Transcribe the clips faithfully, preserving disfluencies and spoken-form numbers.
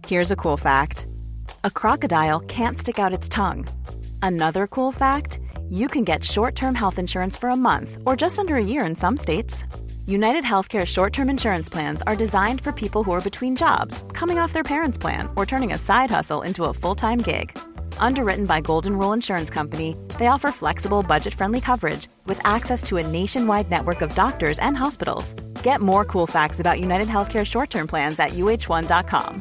Here's a cool fact. A crocodile can't stick out its tongue. Another cool fact, you can get short-term health insurance for a month or just under a year in some states. United Healthcare short-term insurance plans are designed for people who are between jobs, coming off their parents' plan, or turning a side hustle into a full-time gig. Underwritten by Golden Rule Insurance Company, they offer flexible, budget-friendly coverage with access to a nationwide network of doctors and hospitals. Get more cool facts about United Healthcare short-term plans at U H one dot com.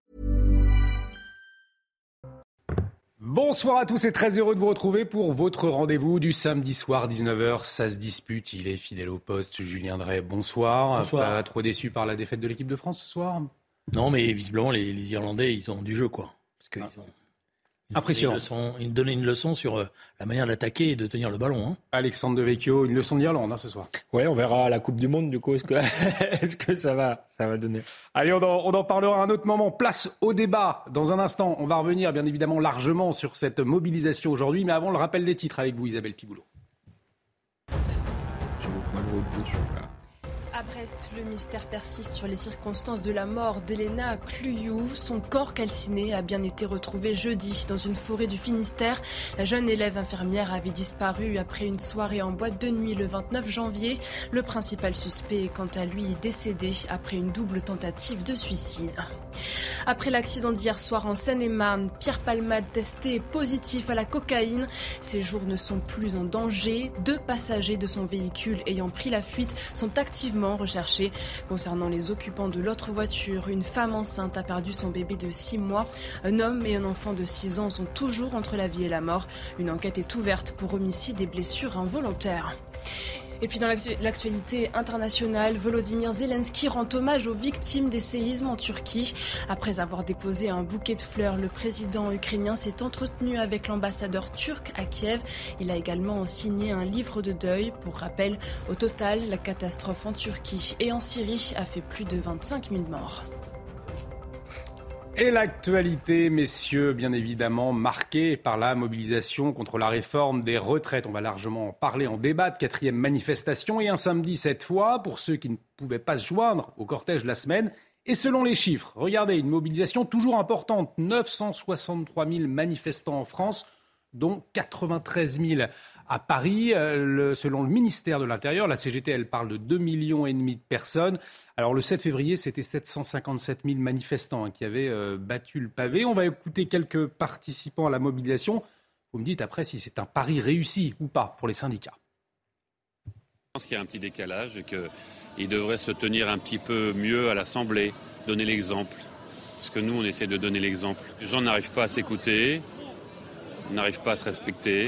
Bonsoir à tous et très heureux de vous retrouver pour votre rendez-vous du samedi soir, dix-neuf heures. Ça se dispute, il est fidèle au poste. Julien Drey, bonsoir. bonsoir. Pas trop déçu par la défaite de l'équipe de France ce soir ? Non, mais visiblement, les, les Irlandais, ils ont du jeu, quoi. Parce qu'ils ah. ont... Impressionnant. Ils donnaient une leçon sur euh, la manière d'attaquer et de tenir le ballon. Hein. Alexandre Devecchio, une leçon d'Irlande hein, ce soir. Ouais, on verra à la Coupe du Monde du coup. Est-ce que, est-ce que ça va, ça va donner ? Allez, on en, on en parlera à un autre moment. Place au débat. Dans un instant, on va revenir bien évidemment largement sur cette mobilisation aujourd'hui. Mais avant, le rappel des titres avec vous, Isabelle Piboulot. Je vous prends le route dessus, là. À Brest, le mystère persiste sur les circonstances de la mort d'Elena Cluyou. Son corps calciné a bien été retrouvé jeudi dans une forêt du Finistère. La jeune élève infirmière avait disparu après une soirée en boîte de nuit le vingt-neuf janvier. Le principal suspect est quant à lui décédé après une double tentative de suicide. Après l'accident d'hier soir en Seine-et-Marne, Pierre Palmade testé positif à la cocaïne. Ses jours ne sont plus en danger. Deux passagers de son véhicule ayant pris la fuite sont activement recherchés. Concernant les occupants de l'autre voiture, une femme enceinte a perdu son bébé de six mois. Un homme et un enfant de six ans sont toujours entre la vie et la mort. Une enquête est ouverte pour homicide et blessures involontaires. Et puis dans l'actualité internationale, Volodymyr Zelensky rend hommage aux victimes des séismes en Turquie. Après avoir déposé un bouquet de fleurs, le président ukrainien s'est entretenu avec l'ambassadeur turc à Kiev. Il a également signé un livre de deuil. Pour rappel, au total, la catastrophe en Turquie et en Syrie a fait plus de vingt-cinq mille morts. Et l'actualité, messieurs, bien évidemment, marquée par la mobilisation contre la réforme des retraites. On va largement en parler, en débattre. Quatrième manifestation et un samedi cette fois, pour ceux qui ne pouvaient pas se joindre au cortège la semaine. Et selon les chiffres, regardez, une mobilisation toujours importante. neuf cent soixante-trois mille manifestants en France, dont quatre-vingt-treize mille à Paris. Le, selon le ministère de l'Intérieur, la C G T, elle parle de deux virgule cinq millions de personnes. Alors le sept février, c'était sept cent cinquante-sept mille manifestants hein, qui avaient euh, battu le pavé. On va écouter quelques participants à la mobilisation. Vous me dites après si c'est un pari réussi ou pas pour les syndicats. Je pense qu'il y a un petit décalage et qu'il devrait se tenir un petit peu mieux à l'Assemblée, donner l'exemple. Parce que nous, on essaie de donner l'exemple. Les gens n'arrivent pas à s'écouter, n'arrivent pas à se respecter.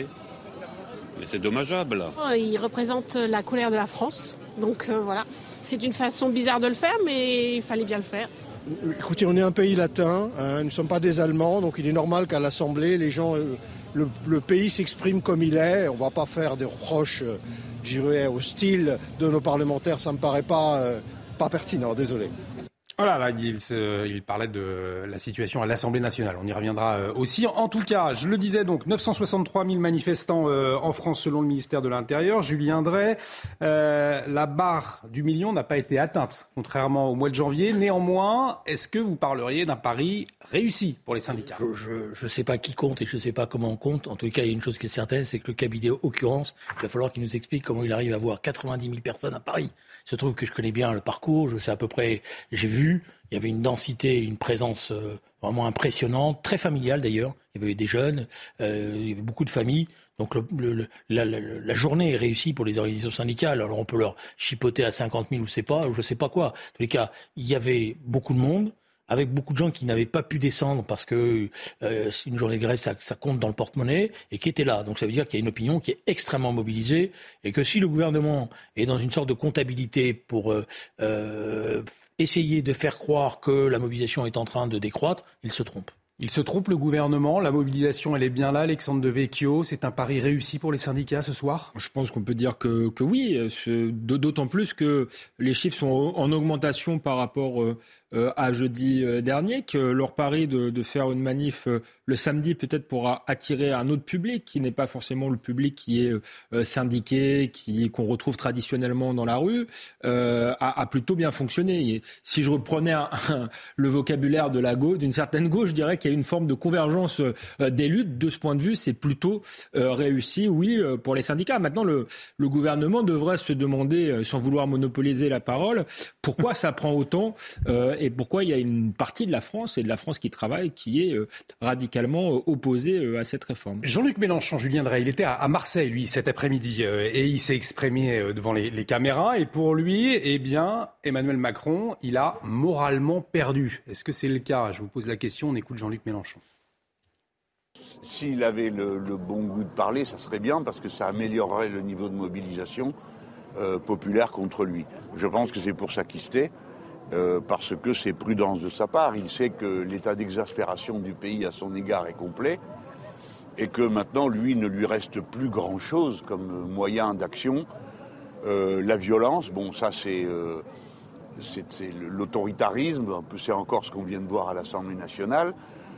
Mais c'est dommageable. Il représente la colère de la France. Donc euh, voilà, c'est une façon bizarre de le faire, mais il fallait bien le faire. Écoutez, on est un pays latin, hein, nous ne sommes pas des Allemands, donc il est normal qu'à l'Assemblée, les gens, euh, le, le pays s'exprime comme il est. On ne va pas faire des reproches, euh, je dirais, au style de nos parlementaires, ça ne me paraît pas, euh, pas pertinent, désolé. Voilà, là, il, se, il parlait de la situation à l'Assemblée nationale. On y reviendra aussi. En tout cas, je le disais donc, neuf cent soixante-trois mille manifestants euh, en France selon le ministère de l'Intérieur. Julien Drey, euh, la barre du million n'a pas été atteinte, contrairement au mois de janvier. Néanmoins, est-ce que vous parleriez d'un pari réussi pour les syndicats ? Je ne sais pas qui compte et je ne sais pas comment on compte. En tout cas, il y a une chose qui est certaine, c'est que le cabinet Occurrence, il va falloir qu'il nous explique comment il arrive à avoir quatre-vingt-dix mille personnes à Paris. Il se trouve que je connais bien le parcours, je sais à peu près, j'ai vu, il y avait une densité, une présence euh, vraiment impressionnante, très familiale d'ailleurs. Il y avait des jeunes, euh, il y avait beaucoup de familles. Donc le, le, la, la, la journée est réussie pour les organisations syndicales. Alors on peut leur chipoter à cinquante mille ou je sais pas, je sais pas quoi. En tous les cas, il y avait beaucoup de monde, avec beaucoup de gens qui n'avaient pas pu descendre parce que euh, une journée de grève, ça, ça compte dans le porte-monnaie, et qui étaient là. Donc ça veut dire qu'il y a une opinion qui est extrêmement mobilisée, et que si le gouvernement est dans une sorte de comptabilité pour euh, euh, essayer de faire croire que la mobilisation est en train de décroître, il se trompe. Il se trompe, le gouvernement. La mobilisation, elle est bien là. Alexandre Devecchio, c'est un pari réussi pour les syndicats ce soir ? Je pense qu'on peut dire que, que oui, d'autant plus que les chiffres sont en augmentation par rapport euh, à jeudi euh, dernier, que leur pari de, de faire une manif euh, le samedi peut-être pourra attirer un autre public qui n'est pas forcément le public qui est euh, syndiqué, qui, qu'on retrouve traditionnellement dans la rue, euh, a, a plutôt bien fonctionné. Et si je reprenais un, un, le vocabulaire de la gauche, d'une certaine gauche, je dirais qu'il y a une forme de convergence euh, des luttes. De ce point de vue, c'est plutôt euh, réussi, oui, euh, pour les syndicats. Maintenant, le, le gouvernement devrait se demander, euh, sans vouloir monopoliser la parole, pourquoi ça prend autant euh, et pourquoi il y a une partie de la France et de la France qui travaille qui est euh, radicalement opposé à cette réforme. Jean-Luc Mélenchon, Julien Drey, il était à Marseille, lui, cet après-midi, euh, et il s'est exprimé euh, devant les, les caméras. Et pour lui, eh bien, Emmanuel Macron, il a moralement perdu. Est-ce que c'est le cas ? Je vous pose la question, on écoute Jean-Luc Mélenchon. S'il avait le, le bon goût de parler, ça serait bien, parce que ça améliorerait le niveau de mobilisation euh, populaire contre lui. Je pense que c'est pour ça qu'il se tait. Euh, parce que c'est prudence de sa part. Il sait que l'état d'exaspération du pays à son égard est complet et que maintenant, lui, ne lui reste plus grand-chose comme moyen d'action. Euh, la violence, bon, ça, c'est, euh, c'est, c'est l'autoritarisme, un peu, c'est encore ce qu'on vient de voir à l'Assemblée nationale.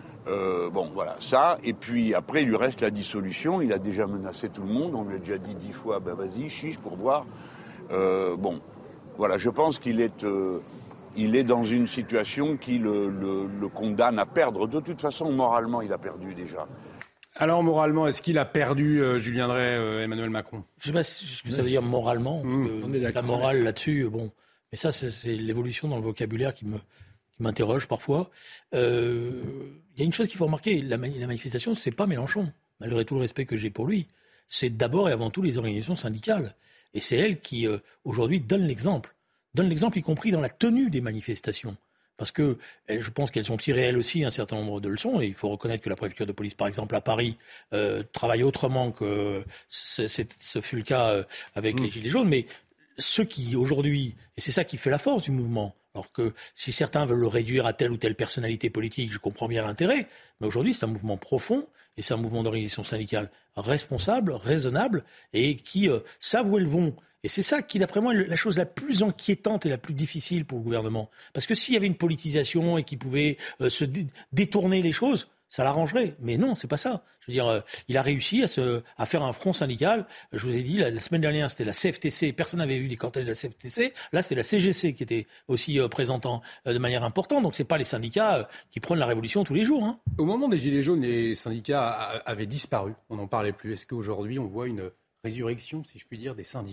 Euh, bon, voilà, ça. Et puis, après, il lui reste la dissolution. Il a déjà menacé tout le monde. On lui a déjà dit dix fois, ben vas-y, chiche, pour voir. Euh, bon, voilà, je pense qu'il est... Euh, Il est dans une situation qui le, le, le condamne à perdre. De toute façon, moralement, il a perdu déjà. Alors, moralement, est-ce qu'il a perdu, euh, Julien Drey, euh, Emmanuel Macron ? Je ne sais pas ce que ça veut dire moralement. Mmh. On est d'accord. La morale là-dessus, bon. Mais ça, c'est, c'est l'évolution dans le vocabulaire qui, me, qui m'interroge parfois. Il euh, y a une chose qu'il faut remarquer. La, la manifestation, ce n'est pas Mélenchon, malgré tout le respect que j'ai pour lui. C'est d'abord et avant tout les organisations syndicales. Et c'est elles qui, euh, aujourd'hui, donnent l'exemple. Donne l'exemple, y compris dans la tenue des manifestations. Parce que je pense qu'elles ont tiré, elles aussi, un certain nombre de leçons. Et il faut reconnaître que la préfecture de police, par exemple, à Paris, euh, travaille autrement que ce, ce fut le cas avec mmh. les Gilets jaunes. Mais ceux qui, aujourd'hui, et c'est ça qui fait la force du mouvement, alors que si certains veulent le réduire à telle ou telle personnalité politique, je comprends bien l'intérêt, mais aujourd'hui, c'est un mouvement profond, et c'est un mouvement d'organisation syndicale responsable, raisonnable, et qui euh, savent où elles vont. Et c'est ça qui, d'après moi, est la chose la plus inquiétante et la plus difficile pour le gouvernement. Parce que s'il y avait une politisation et qu'il pouvait euh, se dé- détourner les choses, ça l'arrangerait. Mais non, c'est pas ça. Je veux dire, euh, il a réussi à, se, à faire un front syndical. Je vous ai dit, la, la semaine dernière, c'était la C F T C. Personne n'avait vu des cortèges de la C F T C. Là, c'était la C G C qui était aussi euh, présentant euh, de manière importante. Donc, c'est pas les syndicats euh, qui prennent la révolution tous les jours. Hein. Au moment des Gilets jaunes, les syndicats avaient disparu. On n'en parlait plus. Est-ce qu'aujourd'hui, on voit une résurrection, si je puis dire, des syndicats ?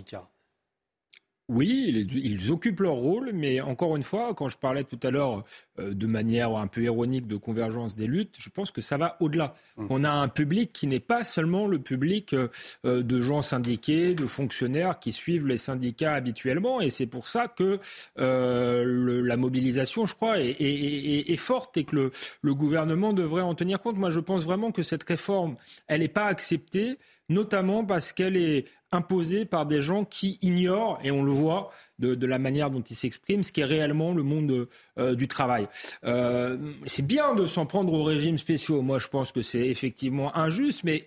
Oui, ils, ils occupent leur rôle, mais encore une fois, quand je parlais tout à l'heure euh, de manière un peu ironique de convergence des luttes, je pense que ça va au-delà. Mmh. On a un public qui n'est pas seulement le public euh, de gens syndiqués, de fonctionnaires qui suivent les syndicats habituellement, et c'est pour ça que euh, le, la mobilisation, je crois, est, est, est, est forte et que le, le gouvernement devrait en tenir compte. Moi, je pense vraiment que cette réforme, elle n'est pas acceptée, notamment parce qu'elle est imposée par des gens qui ignorent, et on le voit de, de la manière dont ils s'expriment, ce qui est réellement le monde euh, du travail. Euh, c'est bien de s'en prendre aux régimes spéciaux. Moi, je pense que c'est effectivement injuste, mais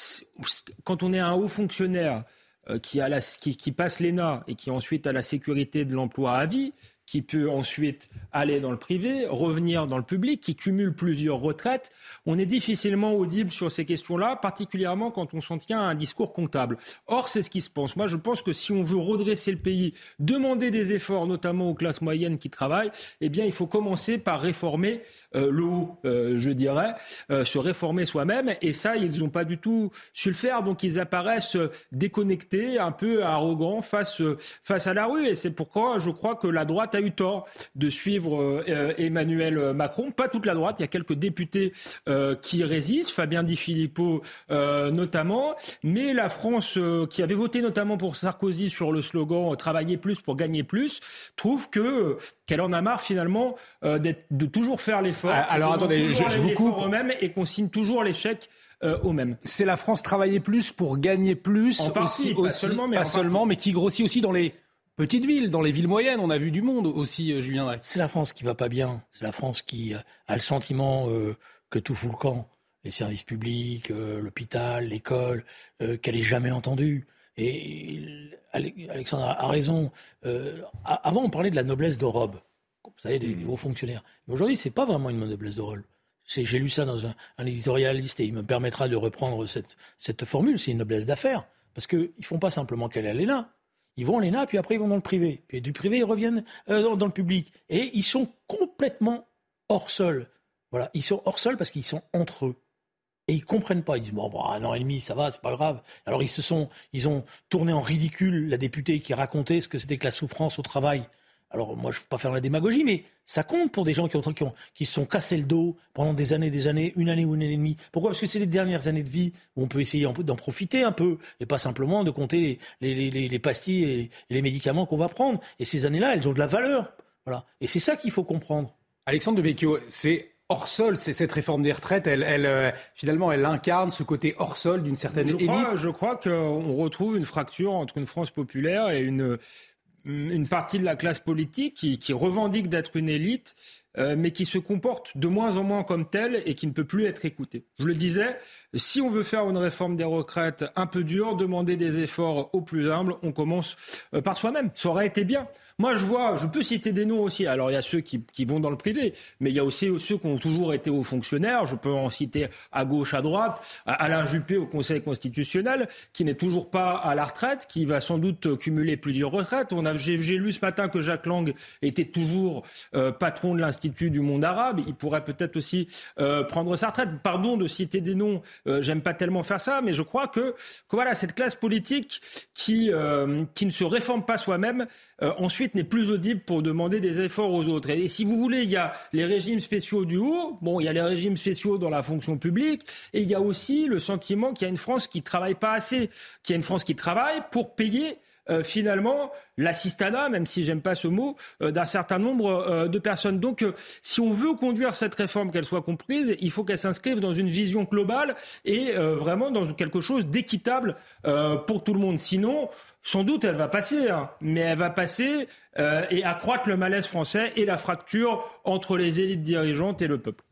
quand on est un haut fonctionnaire euh, qui, a la, qui, qui passe l'E N A et qui ensuite a la sécurité de l'emploi à vie, qui peut ensuite aller dans le privé, revenir dans le public, qui cumule plusieurs retraites. On est difficilement audible sur ces questions-là, particulièrement quand on s'en tient à un discours comptable. Or, c'est ce qui se pense. Moi, je pense que si on veut redresser le pays, demander des efforts, notamment aux classes moyennes qui travaillent, eh bien, il faut commencer par réformer euh, le haut, euh, je dirais, euh, se réformer soi-même. Et ça, ils n'ont pas du tout su le faire. Donc, ils apparaissent déconnectés, un peu arrogants face, face à la rue. Et c'est pourquoi je crois que la droite a eu tort de suivre euh, Emmanuel Macron. Pas toute la droite, il y a quelques députés euh, qui résistent, Fabien Di Filippo euh, notamment, mais la France euh, qui avait voté notamment pour Sarkozy sur le slogan « Travailler plus pour gagner plus », trouve que, qu'elle en a marre finalement euh, d'être, de toujours faire l'effort. Ah, alors attendez, je, je vous coupe. Eux-mêmes et qu'on signe toujours l'échec Euh, aux mêmes. C'est la France travailler plus pour gagner plus, en partie, aussi, pas aussi, seulement, mais, pas seulement, mais qui grossit aussi dans les petites villes, dans les villes moyennes. On a vu du monde aussi, euh, Julien Drey. C'est la France qui va pas bien. C'est la France qui a le sentiment euh, que tout fout le camp. Les services publics, euh, l'hôpital, l'école, euh, qu'elle est jamais entendue. Et Alexandre a raison. Euh, avant, on parlait de la noblesse de robe. vous savez, des, des hauts fonctionnaires. Mais aujourd'hui, c'est pas vraiment une noblesse de rôle. C'est, j'ai lu ça dans un, un éditorialiste et il me permettra de reprendre cette, cette formule. C'est une noblesse d'affaires. Parce qu'ils ne font pas simplement qu'aller à l'E N A. Ils vont à l'E N A, puis après ils vont dans le privé. Puis du privé, ils reviennent euh, dans, dans le public. Et ils sont complètement hors sol. Voilà, ils sont hors sol parce qu'ils sont entre eux. Et ils comprennent pas. Ils disent, bon, bon, un an et demi, ça va, c'est pas grave. Alors ils se sont, ils ont tourné en ridicule la députée qui racontait ce que c'était que la souffrance au travail. Alors moi, je ne veux pas faire la démagogie, mais ça compte pour des gens qui, ont, qui, ont, qui se sont cassés le dos pendant des années, des années, une année ou une année et demie. Pourquoi ? Parce que c'est les dernières années de vie où on peut essayer d'en profiter un peu et pas simplement de compter les, les, les, les pastilles et les médicaments qu'on va prendre. Et ces années-là, elles ont de la valeur. Voilà. Et c'est ça qu'il faut comprendre. Alexandre Devecchio, c'est hors sol, c'est cette réforme des retraites, elle, elle, euh, finalement, elle incarne ce côté hors sol d'une certaine je élite. Crois, je crois qu'on retrouve une fracture entre une France populaire et une... une partie de la classe politique qui, qui revendique d'être une élite, euh, mais qui se comporte de moins en moins comme telle et qui ne peut plus être écoutée. Je le disais, si on veut faire une réforme des retraites un peu dure, demander des efforts aux plus humbles, on commence euh, par soi-même. Ça aurait été bien. Moi, je vois, je peux citer des noms aussi. Alors, il y a ceux qui, qui vont dans le privé, mais il y a aussi ceux qui ont toujours été hauts fonctionnaires. Je peux en citer à gauche, à droite. Alain Juppé au Conseil constitutionnel, qui n'est toujours pas à la retraite, qui va sans doute cumuler plusieurs retraites. On a, j'ai, j'ai lu ce matin que Jacques Lang était toujours euh, patron de l'Institut du monde arabe. Il pourrait peut-être aussi euh, prendre sa retraite. Pardon de citer des noms, euh, j'aime pas tellement faire ça, mais je crois que, que voilà, cette classe politique qui, euh, qui ne se réforme pas soi-même, Euh, ensuite n'est plus audible pour demander des efforts aux autres. Et, et si vous voulez, il y a les régimes spéciaux du haut, bon, il y a les régimes spéciaux dans la fonction publique, et il y a aussi le sentiment qu'il y a une France qui ne travaille pas assez, qu'il y a une France qui travaille pour payer euh, finalement l'assistanat, même si j'aime pas ce mot, euh, d'un certain nombre euh, de personnes. Donc, euh, si on veut conduire cette réforme, qu'elle soit comprise, il faut qu'elle s'inscrive dans une vision globale et euh, vraiment dans quelque chose d'équitable euh, pour tout le monde. Sinon, sans doute, elle va passer, hein, mais elle va passer euh, et accroître le malaise français et la fracture entre les élites dirigeantes et le peuple.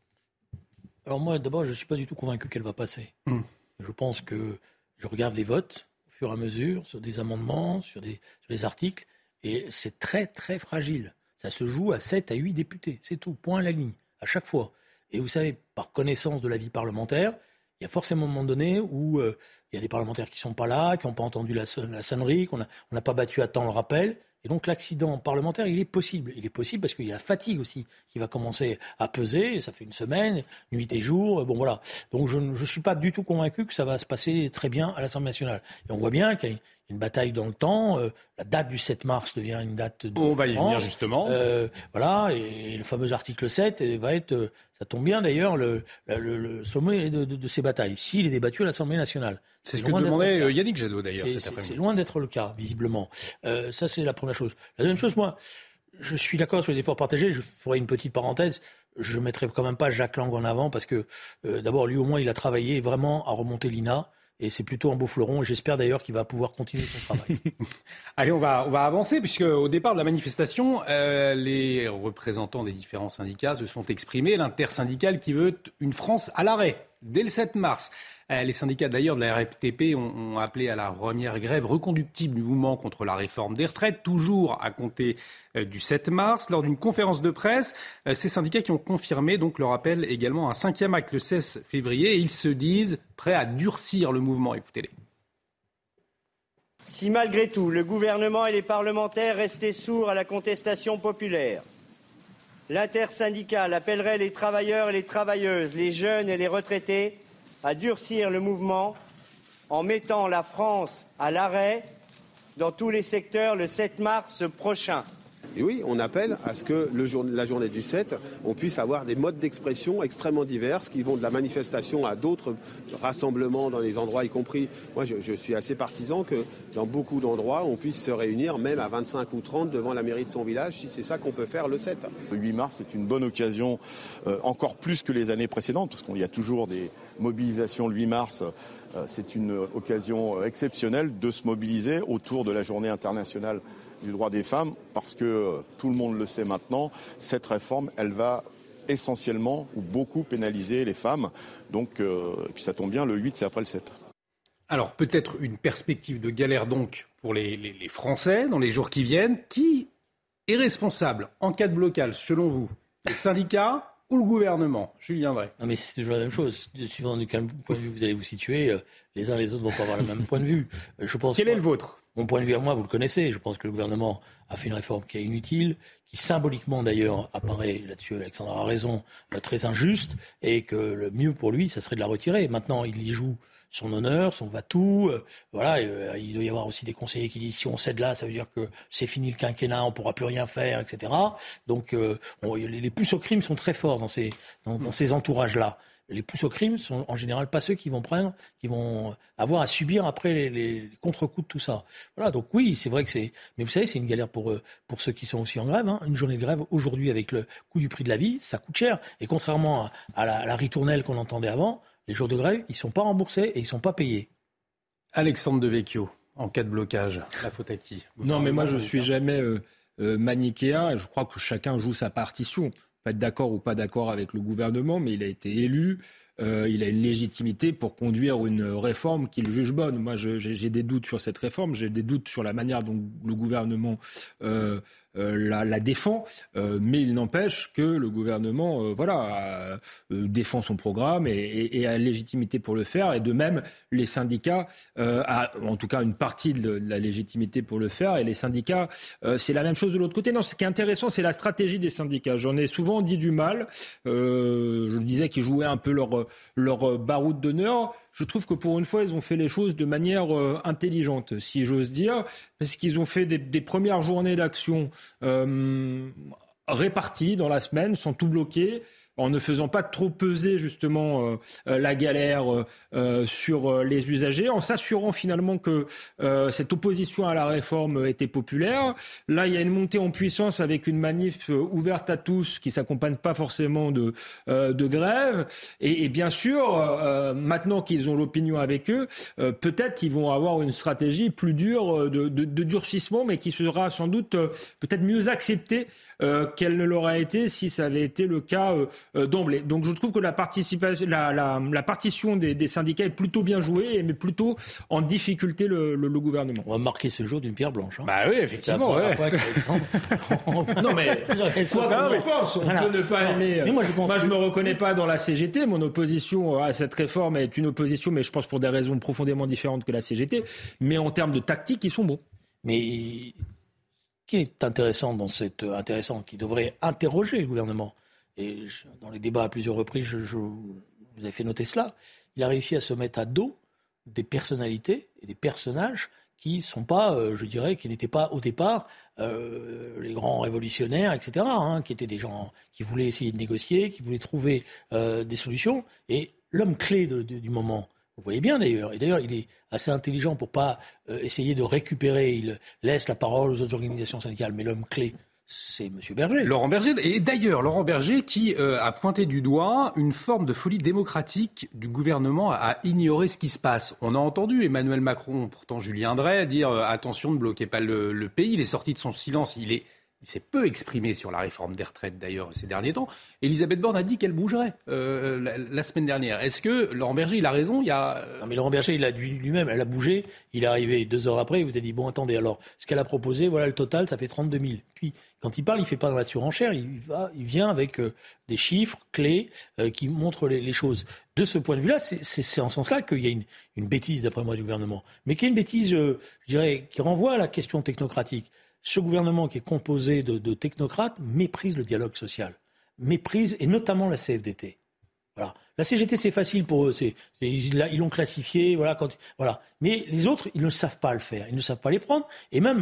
Alors moi, d'abord, je ne suis pas du tout convaincu qu'elle va passer. Mmh. Je pense que je regarde les votes au fur et à mesure, sur des amendements, sur des, sur des articles, et c'est très, très fragile. Ça se joue à sept à huit députés, c'est tout, point à la ligne, à chaque fois. Et vous savez, par connaissance de la vie parlementaire, il y a forcément un moment donné où euh, il y a des parlementaires qui ne sont pas là, qui n'ont pas entendu la, son- la sonnerie, qu'on a, on n'a pas battu à temps le rappel. Et donc l'accident parlementaire, il est possible. Il est possible parce qu'il y a la fatigue aussi qui va commencer à peser. Ça fait une semaine, nuit et jour. Bon voilà. Donc je ne suis pas du tout convaincu que ça va se passer très bien à l'Assemblée nationale. Et on voit bien qu'il y a une, une bataille dans le temps. Euh, la date du sept mars devient une date de On va y venir justement. Euh, voilà. Et, et le fameux article sept va être, euh, ça tombe bien d'ailleurs, le, le, le sommet de, de, de ces batailles. S'il est débattu à l'Assemblée nationale. C'est ce que demandait Yannick Jadot d'ailleurs c'est, cet c'est, après-midi. c'est loin d'être le cas, visiblement. Euh, ça, c'est la première chose. La deuxième chose, moi, je suis d'accord sur les efforts partagés. Je ferai une petite parenthèse. Je ne mettrai quand même pas Jacques Lang en avant parce que, euh, d'abord, lui, au moins, il a travaillé vraiment à remonter l'I N A. Et c'est plutôt un beau fleuron. Et j'espère d'ailleurs qu'il va pouvoir continuer son travail. Allez, on va, on va avancer, puisque au départ de la manifestation, euh, les représentants des différents syndicats se sont exprimés. L'intersyndicale qui veut une France à l'arrêt dès le sept mars. Euh, les syndicats d'ailleurs de la R T P ont, ont appelé à la première grève reconductible du mouvement contre la réforme des retraites, toujours à compter euh, du sept mars. Lors d'une conférence de presse, euh, ces syndicats qui ont confirmé donc leur appel également à un cinquième acte le seize février. Et ils se disent prêts à durcir le mouvement. Écoutez-les. Si malgré tout, le gouvernement et les parlementaires restaient sourds à la contestation populaire, l'intersyndicale appellerait les travailleurs et les travailleuses, les jeunes et les retraités à durcir le mouvement en mettant la France à l'arrêt dans tous les secteurs le sept mars prochain. Et oui, on appelle à ce que le jour, la journée du sept, on puisse avoir des modes d'expression extrêmement divers, qui vont de la manifestation à d'autres rassemblements dans les endroits, y compris. Moi, je, je suis assez partisan que dans beaucoup d'endroits, on puisse se réunir, même à vingt-cinq ou trente, devant la mairie de son village, si c'est ça qu'on peut faire le sept. Le huit mars est une bonne occasion, euh, encore plus que les années précédentes, parce qu'il y a toujours des mobilisations le huit mars. Euh, c'est une occasion exceptionnelle de se mobiliser autour de la journée internationale du droit des femmes, parce que euh, tout le monde le sait maintenant, cette réforme, elle va essentiellement ou beaucoup pénaliser les femmes. Donc, euh, et puis ça tombe bien, le huit, c'est après le sept. Alors peut-être une perspective de galère donc pour les, les, les Français dans les jours qui viennent. Qui est responsable en cas de blocage, selon vous, les syndicats ou le gouvernement? Julien Drey. Non mais c'est toujours la même chose. Suivant de quel point de vue vous allez vous situer, les uns et les autres vont pas avoir le même point de vue. Je pense Quel moi, est le vôtre? Mon point de vue à moi, vous le connaissez. Je pense que le gouvernement a fait une réforme qui est inutile, qui symboliquement d'ailleurs apparaît, là-dessus Alexandre a raison, très injuste, et que le mieux pour lui, ça serait de la retirer. Maintenant, il y joue son honneur, son va-tout. Euh, voilà, euh, il doit y avoir aussi des conseillers qui disent si on cède là, ça veut dire que c'est fini le quinquennat, on pourra plus rien faire, et cetera. Donc euh, on, les, les pousses au crime sont très forts dans ces, dans, dans ces entourages-là. Les pousses au crime sont en général pas ceux qui vont prendre, qui vont avoir à subir après les, les contre-coups de tout ça. Voilà, donc oui, c'est vrai que c'est... Mais vous savez, c'est une galère pour, pour ceux qui sont aussi en grève. Hein. Une journée de grève, aujourd'hui, avec le coût du prix de la vie, ça coûte cher. Et contrairement à, à, la, à la ritournelle qu'on entendait avant, les jours de grève, ils ne sont pas remboursés et ils ne sont pas payés. Alexandre Devecchio, en cas de blocage, la faute à qui? Non, mais moi, je ne suis jamais euh, euh, manichéen. Je crois que chacun joue sa partition. Pas être d'accord ou pas d'accord avec le gouvernement, mais il a été élu. Euh, il a une légitimité pour conduire une réforme qu'il juge bonne. Moi, je, j'ai, j'ai des doutes sur cette réforme. J'ai des doutes sur la manière dont le gouvernement euh, euh, la, la défend. Euh, mais il n'empêche que le gouvernement euh, voilà, euh, défend son programme et, et, et a légitimité pour le faire. Et de même, les syndicats, euh, a, en tout cas une partie de la légitimité pour le faire. Et les syndicats, euh, c'est la même chose de l'autre côté. Non, ce qui est intéressant, c'est la stratégie des syndicats. J'en ai souvent dit du mal. Euh, je disais qu'ils jouaient un peu leur, leur baroud d'honneur. Je trouve que pour une fois, ils ont fait les choses de manière euh, intelligente, si j'ose dire, parce qu'ils ont fait des, des premières journées d'action euh, réparties dans la semaine, sans tout bloquer, en ne faisant pas trop peser justement euh, la galère euh, sur euh, les usagers, en s'assurant finalement que euh, cette opposition à la réforme était populaire. Là, il y a une montée en puissance avec une manif euh, ouverte à tous qui s'accompagne pas forcément de, euh, de grève. Et, et bien sûr, euh, maintenant qu'ils ont l'opinion avec eux, euh, peut-être qu'ils vont avoir une stratégie plus dure de, de, de durcissement, mais qui sera sans doute euh, peut-être mieux acceptée euh, qu'elle ne l'aurait été si ça avait été le cas euh, Euh, d'emblée. Donc je trouve que la, participation, la, la, la partition des, des syndicats est plutôt bien jouée, mais plutôt en difficulté le, le, le gouvernement. On va marquer ce jour d'une pierre blanche. Hein. Bah oui, effectivement. Ouais. Non mais soit on en pense, on voilà. peut ne pas aimer. Mais moi je pense moi, que... je me reconnais pas dans la C G T. Mon opposition à cette réforme est une opposition, mais je pense pour des raisons profondément différentes que la C G T. Mais en termes de tactique, ils sont bons. Mais ce qui est intéressant dans cette intéressant, qui devrait interroger le gouvernement. Et je, dans les débats à plusieurs reprises, je, je, vous avez fait noter cela, il a réussi à se mettre à dos des personnalités et des personnages qui sont pas, euh, je dirais, qui n'étaient pas au départ euh, les grands révolutionnaires, et cetera, hein, qui étaient des gens qui voulaient essayer de négocier, qui voulaient trouver euh, des solutions. Et l'homme clé de, de, du moment, vous voyez bien d'ailleurs, et d'ailleurs il est assez intelligent pour pas euh, essayer de récupérer, il laisse la parole aux autres organisations syndicales, mais l'homme clé, c'est M. Berger. Laurent Berger. Et d'ailleurs, Laurent Berger qui euh, a pointé du doigt une forme de folie démocratique du gouvernement à, à ignorer ce qui se passe. On a entendu Emmanuel Macron, pourtant Julien Drey, dire euh, attention, ne bloquez pas le, le pays. Il est sorti de son silence. Il est Il s'est peu exprimé sur la réforme des retraites, d'ailleurs, ces derniers temps. Elisabeth Borne a dit qu'elle bougerait euh, la, la semaine dernière. Est-ce que Laurent Berger, il a raison il y a... Non, mais Laurent Berger, il a dit lui-même, elle a bougé. Il est arrivé deux heures après, il vous a dit, bon, attendez, alors, ce qu'elle a proposé, voilà, le total, ça fait trente-deux mille. Puis, quand il parle, il ne fait pas dans la surenchère, il, va, il vient avec euh, des chiffres clés euh, qui montrent les, les choses. De ce point de vue-là, c'est, c'est, c'est en ce sens-là qu'il y a une, une bêtise, d'après moi, du gouvernement. Mais qui est une bêtise, euh, je dirais, qui renvoie à la question technocratique. Ce gouvernement qui est composé de, de technocrates méprise le dialogue social, méprise, et notamment la C F D T. Voilà. La C G T, c'est facile pour eux, c'est, c'est, ils l'ont classifié, voilà, quand, voilà. Mais les autres, ils ne savent pas le faire, ils ne savent pas les prendre, et même,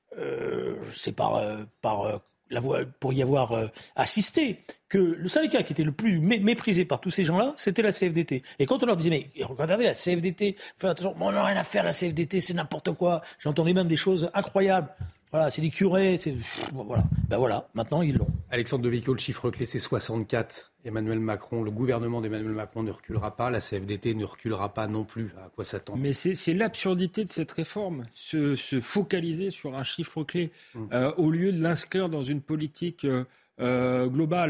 euh, c'est par, euh, par euh, la voie, pour y avoir euh, assisté, que le syndicat qui était le plus mé- méprisé par tous ces gens-là, c'était la C F D T. Et quand on leur disait, mais regardez la C F D T, faites attention, bon, on n'a rien à faire, la C F D T, c'est n'importe quoi, j'entendais même des choses incroyables. Voilà, c'est des curés, c'est... Voilà. Ben voilà, maintenant ils l'ont. Alexandre Devecchio, le chiffre clé, c'est soixante-quatre. Emmanuel Macron, le gouvernement d'Emmanuel Macron ne reculera pas, la C F D T ne reculera pas non plus. À quoi s'attendre ? Mais c'est, c'est l'absurdité de cette réforme, se, se focaliser sur un chiffre clé, mmh. euh, au lieu de l'inscrire dans une politique euh, euh, globale.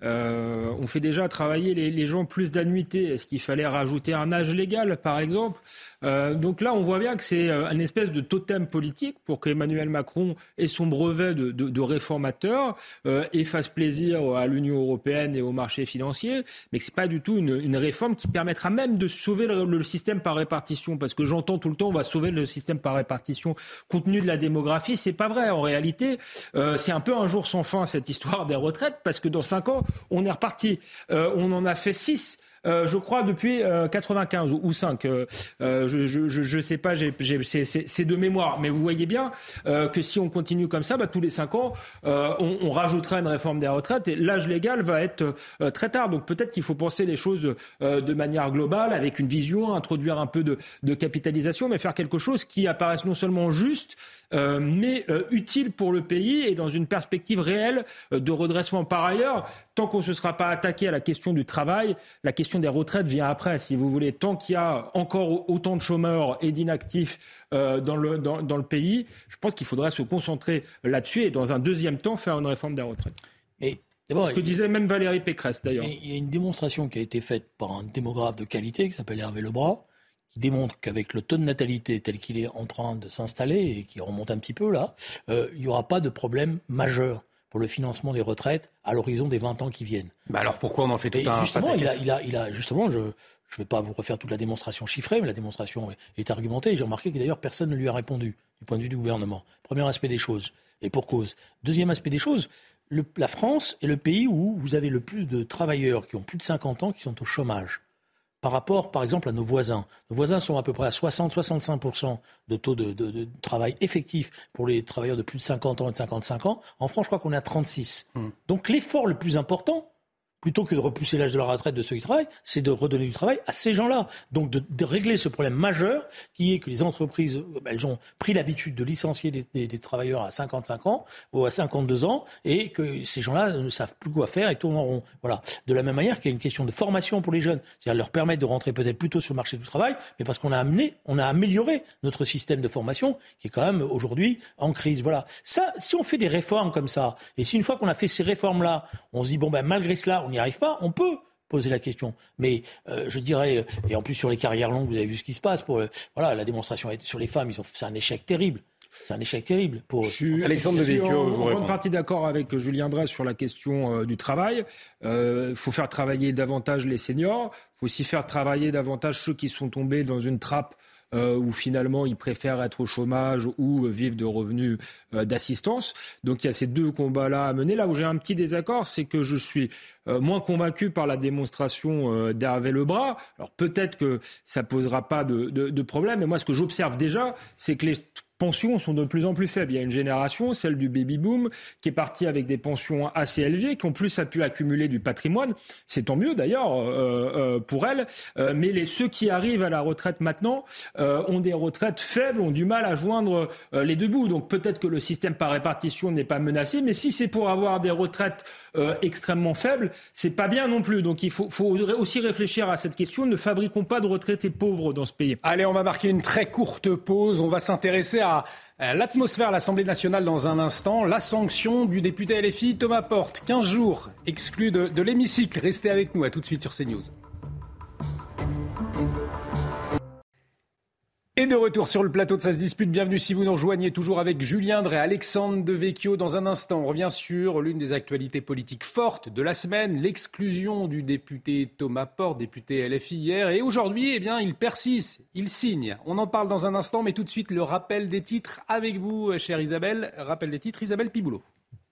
Euh, on fait déjà travailler les, les gens plus d'annuités. Est-ce qu'il fallait rajouter un âge légal, par exemple ? euh, Donc là, on voit bien que c'est une espèce de totem politique pour qu'Emmanuel Macron ait son brevet de, de, de réformateur euh, et fasse plaisir à l'Union européenne et au marché financier, mais que c'est pas du tout une, une réforme qui permettra même de sauver le, le système par répartition. Parce que j'entends tout le temps, on va sauver le système par répartition compte tenu de la démographie. C'est pas vrai. En réalité, euh, c'est un peu un jour sans fin cette histoire des retraites, parce que dans cinq ans, on est reparti. Euh, on en a fait six. Euh, je crois depuis euh, quatre-vingt-quinze ou, ou cinq, euh, euh, je, je, je, je sais pas, j'ai, j'ai, c'est, c'est, c'est de mémoire, mais vous voyez bien euh, que si on continue comme ça, bah, tous les cinq ans, euh, on, on rajoutera une réforme des retraites et l'âge légal va être euh, très tard. Donc peut-être qu'il faut penser les choses euh, de manière globale, avec une vision, introduire un peu de, de capitalisation, mais faire quelque chose qui apparaisse non seulement juste, Euh, mais euh, utile pour le pays et dans une perspective réelle euh, de redressement. Par ailleurs, tant qu'on ne se sera pas attaqué à la question du travail, la question des retraites vient après, si vous voulez. Tant qu'il y a encore autant de chômeurs et d'inactifs euh, dans, le, dans, dans le pays, je pense qu'il faudrait se concentrer là-dessus et dans un deuxième temps faire une réforme des retraites. Et d'abord, ce que disait même Valérie Pécresse d'ailleurs. Il y a une démonstration qui a été faite par un démographe de qualité qui s'appelle Hervé Lebras, qui démontre qu'avec le taux de natalité tel qu'il est en train de s'installer et qui remonte un petit peu là, euh, il n'y aura pas de problème majeur pour le financement des retraites à l'horizon des vingt ans qui viennent. Bah alors pourquoi on en fait tout et un justement, il a, il a, il a, justement, je ne vais pas vous refaire toute la démonstration chiffrée, mais la démonstration est, est argumentée. Et j'ai remarqué que d'ailleurs personne ne lui a répondu du point de vue du gouvernement. Premier aspect des choses, et pour cause. Deuxième aspect des choses, le, la France est le pays où vous avez le plus de travailleurs qui ont plus de cinquante ans qui sont au chômage. Par rapport, par exemple, à nos voisins. Nos voisins sont à peu près à soixante à soixante-cinq pour cent de taux de, de, de travail effectif pour les travailleurs de plus de cinquante ans et de cinquante-cinq ans. En France, je crois qu'on est à trente-six. Mmh. Donc l'effort le plus important, plutôt que de repousser l'âge de la retraite de ceux qui travaillent, c'est de redonner du travail à ces gens-là. Donc de, de régler ce problème majeur qui est que les entreprises, elles ont pris l'habitude de licencier des, des, des travailleurs à cinquante-cinq ans ou à cinquante-deux ans et que ces gens-là ne savent plus quoi faire et tournent en rond. Voilà. De la même manière qu'il y a une question de formation pour les jeunes, c'est-à-dire leur permettre de rentrer peut-être plus tôt sur le marché du travail, mais parce qu'on a amené, on a amélioré notre système de formation qui est quand même aujourd'hui en crise. Voilà. Ça, si on fait des réformes comme ça, et si une fois qu'on a fait ces réformes-là, on se dit bon ben malgré cela, on n'y arrive pas, on peut poser la question. Mais euh, je dirais, et en plus sur les carrières longues, vous avez vu ce qui se passe. Pour, euh, voilà, la démonstration sur les femmes, ils ont, c'est un échec terrible. C'est un échec terrible. Pour, je suis, Alexandre je suis Devecchio, en, en grande partie d'accord avec Julien Drey sur la question euh, du travail. Il euh, faut faire travailler davantage les seniors. Il faut aussi faire travailler davantage ceux qui sont tombés dans une trappe Euh, où finalement ils préfèrent être au chômage ou euh, vivre de revenus euh, d'assistance. Donc il y a ces deux combats-là à mener. Là où j'ai un petit désaccord, c'est que je suis euh, moins convaincu par la démonstration euh, d'Hervé Lebras. Alors peut-être que ça posera pas de, de, de problème, mais moi ce que j'observe déjà, c'est que les pensions sont de plus en plus faibles. Il y a une génération, celle du baby-boom, qui est partie avec des pensions assez élevées, qui en plus a pu accumuler du patrimoine. C'est tant mieux d'ailleurs euh, euh, pour elles. Euh, mais les, ceux qui arrivent à la retraite maintenant euh, ont des retraites faibles, ont du mal à joindre euh, les deux bouts. Donc peut-être que le système par répartition n'est pas menacé, mais si c'est pour avoir des retraites euh, extrêmement faibles, c'est pas bien non plus. Donc il faut, faut aussi réfléchir à cette question. Ne fabriquons pas de retraités pauvres dans ce pays. Allez, on va marquer une très courte pause. On va s'intéresser à l'atmosphère à l'Assemblée nationale dans un instant. La sanction du député L F I Thomas Porte, quinze jours exclu de, de l'hémicycle. Restez avec nous, à tout de suite sur CNews. Et de retour sur le plateau de Ça se dispute. Bienvenue si vous nous rejoignez, toujours avec Julien Drey, Alexandre Devecchio. Dans un instant, on revient sur l'une des actualités politiques fortes de la semaine, l'exclusion du député Thomas Porte, député L F I hier. Et aujourd'hui, eh bien, il persiste, il signe. On en parle dans un instant, mais tout de suite, le rappel des titres avec vous, chère Isabelle. Rappel des titres, Isabelle Piboulot.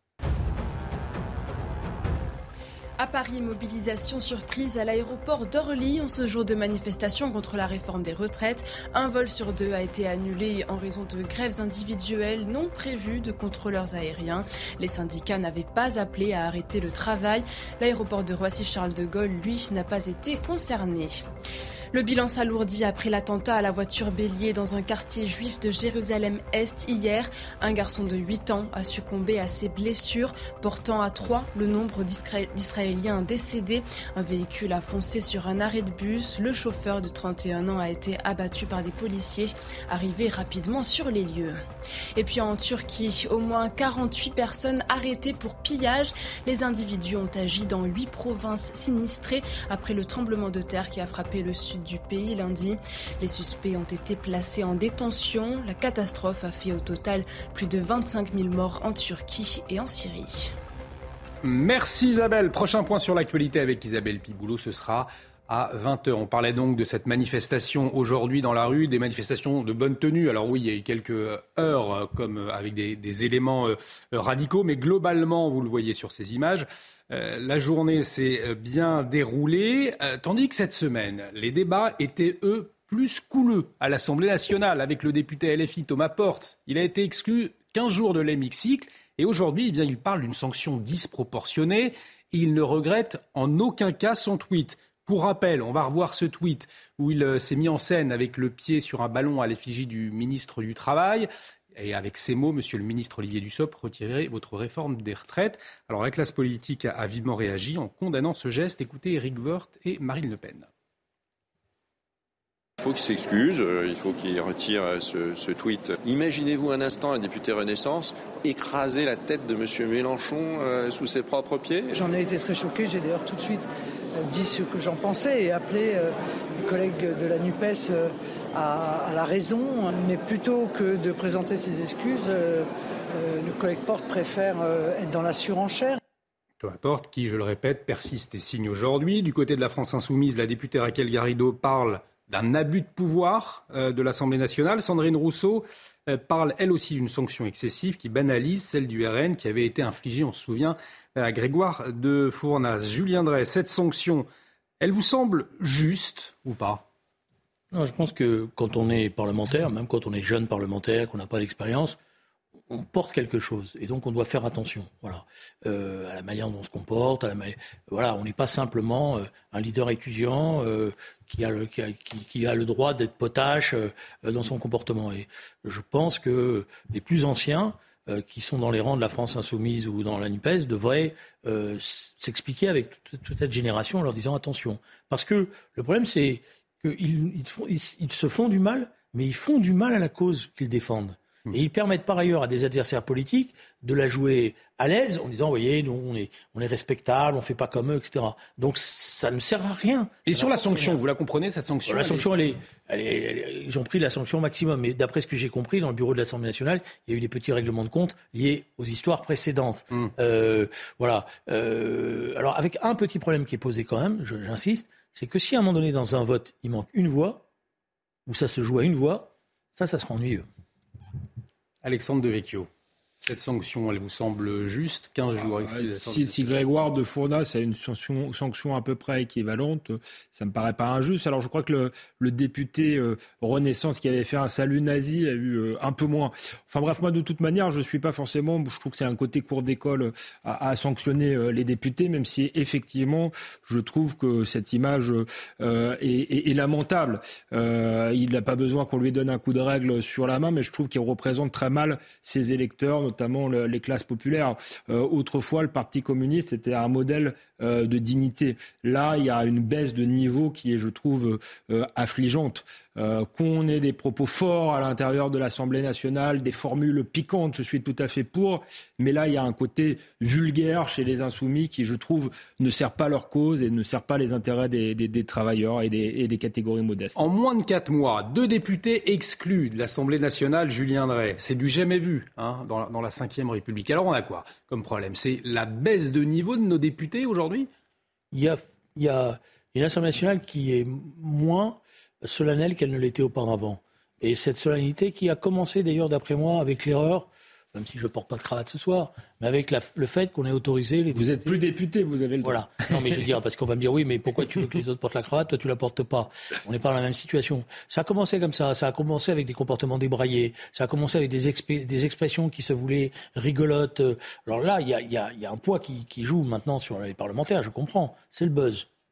À Paris, mobilisation surprise à l'aéroport d'Orly en ce jour de manifestation contre la réforme des retraites. Un vol sur deux a été annulé en raison de grèves individuelles non prévues de contrôleurs aériens. Les syndicats n'avaient pas appelé à arrêter le travail. L'aéroport de Roissy-Charles de Gaulle, lui, n'a pas été concerné. Le bilan s'alourdit après l'attentat à la voiture bélier dans un quartier juif de Jérusalem-Est hier. Un garçon de huit ans a succombé à ses blessures, portant à trois le nombre d'Israéliens décédés. Un véhicule a foncé sur un arrêt de bus. Le chauffeur de trente et un ans a été abattu par des policiers arrivés rapidement sur les lieux. Et puis en Turquie, au moins quarante-huit personnes arrêtées pour pillage. Les individus ont agi dans huit provinces sinistrées après le tremblement de terre qui a frappé le sud du pays lundi. Les suspects ont été placés en détention. La catastrophe a fait au total plus de vingt-cinq mille morts en Turquie et en Syrie. Merci Isabelle. Prochain point sur l'actualité avec Isabelle Piboulot, ce sera à vingt heures. On parlait donc de cette manifestation aujourd'hui dans la rue, des manifestations de bonne tenue. Alors oui, il y a eu quelques heures comme avec des, des éléments radicaux, mais globalement, vous le voyez sur ces images, euh, la journée s'est bien déroulée, euh, tandis que cette semaine, les débats étaient, eux, plus couleux à l'Assemblée nationale avec le député L F I Thomas Porte. Il a été exclu quinze jours de l'hémicycle et aujourd'hui, eh bien, il parle d'une sanction disproportionnée. Il ne regrette en aucun cas son tweet. Pour rappel, on va revoir ce tweet où il s'est mis en scène avec le pied sur un ballon à l'effigie du ministre du Travail. Et avec ces mots, monsieur le ministre Olivier Dussopt, retirez votre réforme des retraites. Alors la classe politique a vivement réagi en condamnant ce geste. Écoutez Éric Woerth et Marine Le Pen. Il faut qu'il s'excuse, il faut qu'il retire ce, ce tweet. Imaginez-vous un instant un député Renaissance écraser la tête de M. Mélenchon euh, sous ses propres pieds. J'en ai été très choqué, j'ai d'ailleurs tout de suite dit ce que j'en pensais et appelé euh, les collègues de la NUPES euh, à, à la raison. Mais plutôt que de présenter ses excuses, euh, euh, le collègue Porte préfère euh, être dans la surenchère. Thomas Porte, qui, je le répète, persiste et signe aujourd'hui. Du côté de la France Insoumise, la députée Raquel Garrido parle d'un abus de pouvoir euh, de l'Assemblée nationale. Sandrine Rousseau euh, parle elle aussi d'une sanction excessive qui banalise celle du R N qui avait été infligée, on se souvient, à Grégoire de Fournas. Julien Drey, cette sanction, elle vous semble juste ou pas ? Non, je pense que quand on est parlementaire, même quand on est jeune parlementaire, qu'on n'a pas d'expérience, on porte quelque chose et donc on doit faire attention, voilà, euh, à la manière dont on se comporte, à la manière, voilà, on n'est pas simplement euh, un leader étudiant euh, qui a le qui a, qui, qui a le droit d'être potache euh, dans son comportement. Et je pense que les plus anciens euh, qui sont dans les rangs de la France Insoumise ou dans la NUPES devraient euh, s'expliquer avec toute, toute cette génération en leur disant attention, parce que le problème c'est qu'ils ils, font, ils, ils se font du mal, mais ils font du mal à la cause qu'ils défendent. Et ils permettent par ailleurs à des adversaires politiques de la jouer à l'aise en disant, vous voyez, nous on est, on est respectable, on ne fait pas comme eux, et cetera. Donc ça ne sert à rien. Et sur la sanction, vous la comprenez, cette sanction ? La sanction, elle est, elle est, elle est, ils ont pris la sanction maximum. Mais d'après ce que j'ai compris, dans le bureau de l'Assemblée nationale, il y a eu des petits règlements de compte liés aux histoires précédentes. Mmh. Euh, voilà. Euh, alors avec un petit problème qui est posé quand même, je, j'insiste, c'est que si à un moment donné dans un vote, il manque une voix, ou ça se joue à une voix, ça, ça sera ennuyeux. Alexandre Devecchio, cette sanction, elle vous semble juste ? quinze jours ah, si, si Grégoire de Fournas a une sanction, sanction à peu près équivalente, ça me paraît pas injuste. Alors je crois que le, le député euh, Renaissance qui avait fait un salut nazi a eu euh, un peu moins. Enfin bref, moi de toute manière, je suis pas forcément, je trouve que c'est un côté cours d'école à, à sanctionner euh, les députés, même si effectivement, je trouve que cette image euh, est, est, est lamentable. Euh, il n'a pas besoin qu'on lui donne un coup de règle sur la main, mais je trouve qu'il représente très mal ses électeurs, notamment le, les classes populaires. Euh, autrefois, le Parti communiste était un modèle euh, de dignité. Là, il y a une baisse de niveau qui est, je trouve, euh, affligeante. Euh, qu'on ait des propos forts à l'intérieur de l'Assemblée nationale, des formules piquantes, je suis tout à fait pour, mais là il y a un côté vulgaire chez les insoumis qui, je trouve, ne sert pas leur cause et ne sert pas les intérêts des, des, des travailleurs et des, et des catégories modestes. En moins de quatre mois, deux députés exclus de l'Assemblée nationale, Julien Drey, c'est du jamais vu hein, dans, la, dans la cinquième République. Alors on a quoi comme problème ? C'est la baisse de niveau de nos députés aujourd'hui ? Il y a, il y a une Assemblée nationale qui est moins solennelle qu'elle ne l'était auparavant. Et cette solennité qui a commencé d'ailleurs d'après moi avec l'erreur, même si je ne porte pas de cravate ce soir, mais avec la, le fait qu'on ait autorisé les députés. Vous êtes plus député, vous avez le droit. Voilà. Non mais je veux dire, parce qu'on va me dire oui, mais pourquoi tu veux que les autres portent la cravate, toi tu la portes pas ? On n'est pas dans la même situation. Ça a commencé comme ça, ça a commencé avec des comportements débraillés, ça a commencé avec des, expé- des expressions qui se voulaient rigolotes. Alors là, il y a, y a, y a un poids qui, qui joue maintenant sur les parlementaires, je comprends, c'est le buzz.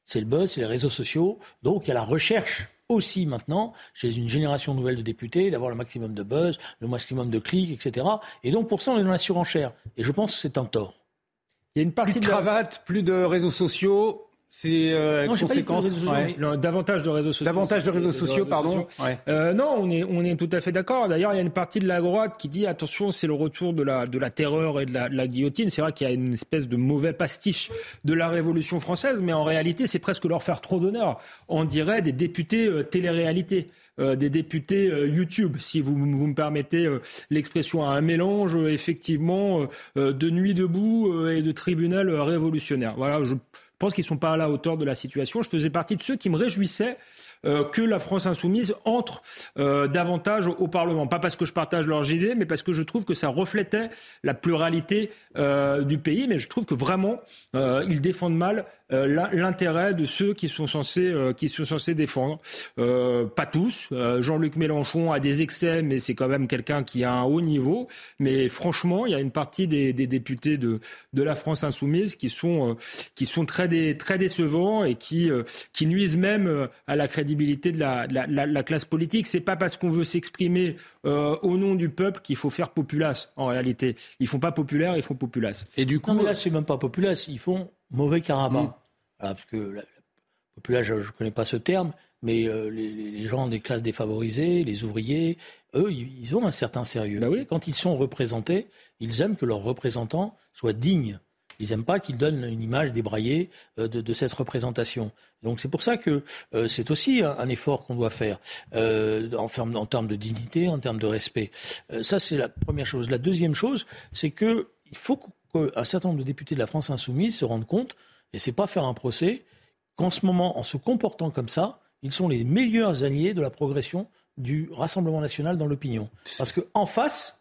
C'est le buzz, c'est les réseaux sociaux. Donc il y a la recherche aussi maintenant, chez une génération nouvelle de députés, d'avoir le maximum de buzz, le maximum de clics, et cetera. Et donc pour ça, on est dans la surenchère. Et je pense que c'est un tort. Il y a une partie plus de cravates, plus de réseaux sociaux. C'est euh, non, conséquence. Ouais. Non, davantage de réseaux sociaux. Davantage de réseaux sociaux, de réseaux pardon. Sociaux. Ouais. Euh, non, on est on est tout à fait d'accord. D'ailleurs, il y a une partie de la droite qui dit attention, c'est le retour de la de la terreur et de la, de la guillotine. C'est vrai qu'il y a une espèce de mauvais pastiche de la Révolution française, mais en réalité, c'est presque leur faire trop d'honneur. On dirait des députés euh, télé-réalité. Euh, des députés euh, YouTube, si vous, vous me permettez euh, l'expression, à un mélange euh, effectivement euh, de nuit debout euh, et de tribunal euh, révolutionnaire. Voilà, je pense qu'ils ne sont pas à la hauteur de la situation. Je faisais partie de ceux qui me réjouissaient euh, que la France insoumise entre euh, davantage au, au Parlement. Pas parce que je partage leurs idées, mais parce que je trouve que ça reflétait la pluralité euh, du pays. Mais je trouve que vraiment, euh, ils défendent mal euh, l'intérêt de ceux qui sont censés, euh, qui sont censés défendre. Euh, pas tous. Euh, Jean-Luc Mélenchon a des excès, mais c'est quand même quelqu'un qui a un haut niveau. Mais franchement, il y a une partie des, des députés de, de la France insoumise qui sont, euh, qui sont très, dé, très décevants et qui, euh, qui nuisent même euh, à la crédibilité de la, la, la, la classe politique. C'est pas parce qu'on veut s'exprimer euh, au nom du peuple qu'il faut faire populace, en réalité. Ils font pas populaire, ils font populace. Et du coup, non, mais là, c'est même pas populace, ils font mauvais carabin. Mmh. Voilà, parce que la, la populace, je, je connais pas ce terme, mais euh, les, les gens des classes défavorisées, les ouvriers, eux, ils ont un certain sérieux. Bah oui. Quand ils sont représentés, ils aiment que leurs représentants soient dignes. Ils n'aiment pas qu'ils donnent une image débraillée de, de cette représentation. Donc c'est pour ça que euh, c'est aussi un, un effort qu'on doit faire euh, en, en termes de dignité, en termes de respect. Euh, ça, c'est la première chose. La deuxième chose, c'est qu'il faut qu'un certain nombre de députés de la France insoumise se rendent compte, et c'est pas faire un procès, qu'en ce moment, en se comportant comme ça, ils sont les meilleurs alliés de la progression du Rassemblement national dans l'opinion. Parce qu'en face,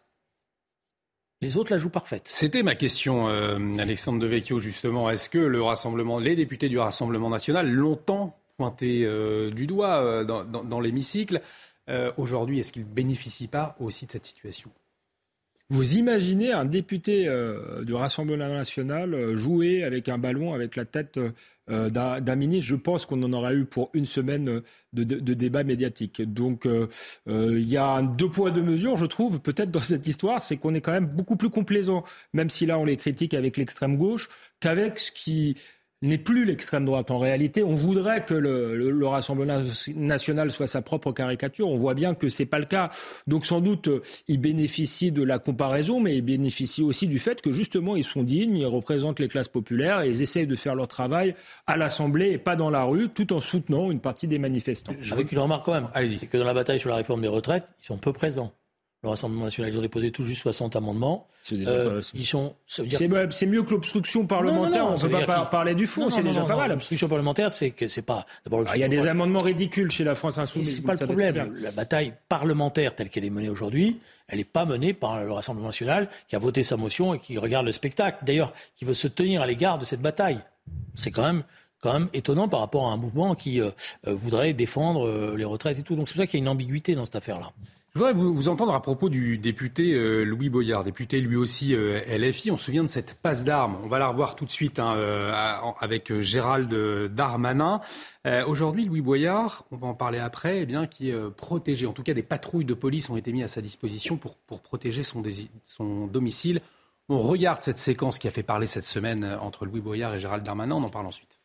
les autres la jouent parfaite. C'était ma question, euh, Alexandre Devecchio, justement. Est-ce que le Rassemblement, les députés du Rassemblement national, longtemps pointé euh, du doigt euh, dans, dans, dans l'hémicycle, euh, aujourd'hui, est-ce qu'ils ne bénéficient pas aussi de cette situation ? Vous imaginez un député euh, du Rassemblement national euh, jouer avec un ballon avec la tête euh, d'un, d'un ministre? Je pense qu'on en aura eu pour une semaine de, de, de débat médiatique. Donc il euh, euh, y a un deux poids deux mesures, je trouve, peut-être dans cette histoire, c'est qu'on est quand même beaucoup plus complaisant, même si là on les critique avec l'extrême gauche, qu'avec ce qui n'est plus l'extrême droite. En réalité, on voudrait que le, le, le Rassemblement national soit sa propre caricature. On voit bien que c'est pas le cas. Donc sans doute, ils bénéficient de la comparaison, mais ils bénéficient aussi du fait que justement, ils sont dignes, ils représentent les classes populaires et ils essayent de faire leur travail à l'Assemblée et pas dans la rue, tout en soutenant une partie des manifestants. Avec une remarque quand même. Allez-y. C'est que dans la bataille sur la réforme des retraites, ils sont peu présents. Le Rassemblement national, ils ont déposé tout juste soixante amendements. C'est déjà euh, ils sont, ça veut dire c'est, que... c'est mieux que l'obstruction parlementaire. Non, non, non, on ne peut pas par, parler du fond, non, c'est non, déjà non, pas non, mal. L'obstruction parlementaire, c'est que c'est pas. D'abord, il y a des amendements ridicules chez la France insoumise. C'est pas le problème. La bataille parlementaire telle qu'elle est menée aujourd'hui, elle n'est pas menée par le Rassemblement national qui a voté sa motion et qui regarde le spectacle. D'ailleurs, qui veut se tenir à l'égard de cette bataille. C'est quand même. quand même étonnant par rapport à un mouvement qui euh, voudrait défendre euh, les retraites et tout. Donc c'est pour ça qu'il y a une ambiguïté dans cette affaire-là. Je voudrais vous, vous entendre à propos du député euh, Louis Boyard, député lui aussi euh, L F I. On se souvient de cette passe d'armes. On va la revoir tout de suite hein, euh, avec Gérald Darmanin. Euh, aujourd'hui, Louis Boyard, on va en parler après, eh bien, qui est euh, protégé. En tout cas, des patrouilles de police ont été mises à sa disposition pour, pour protéger son, dési- son domicile. On regarde cette séquence qui a fait parler cette semaine entre Louis Boyard et Gérald Darmanin. On en parle ensuite.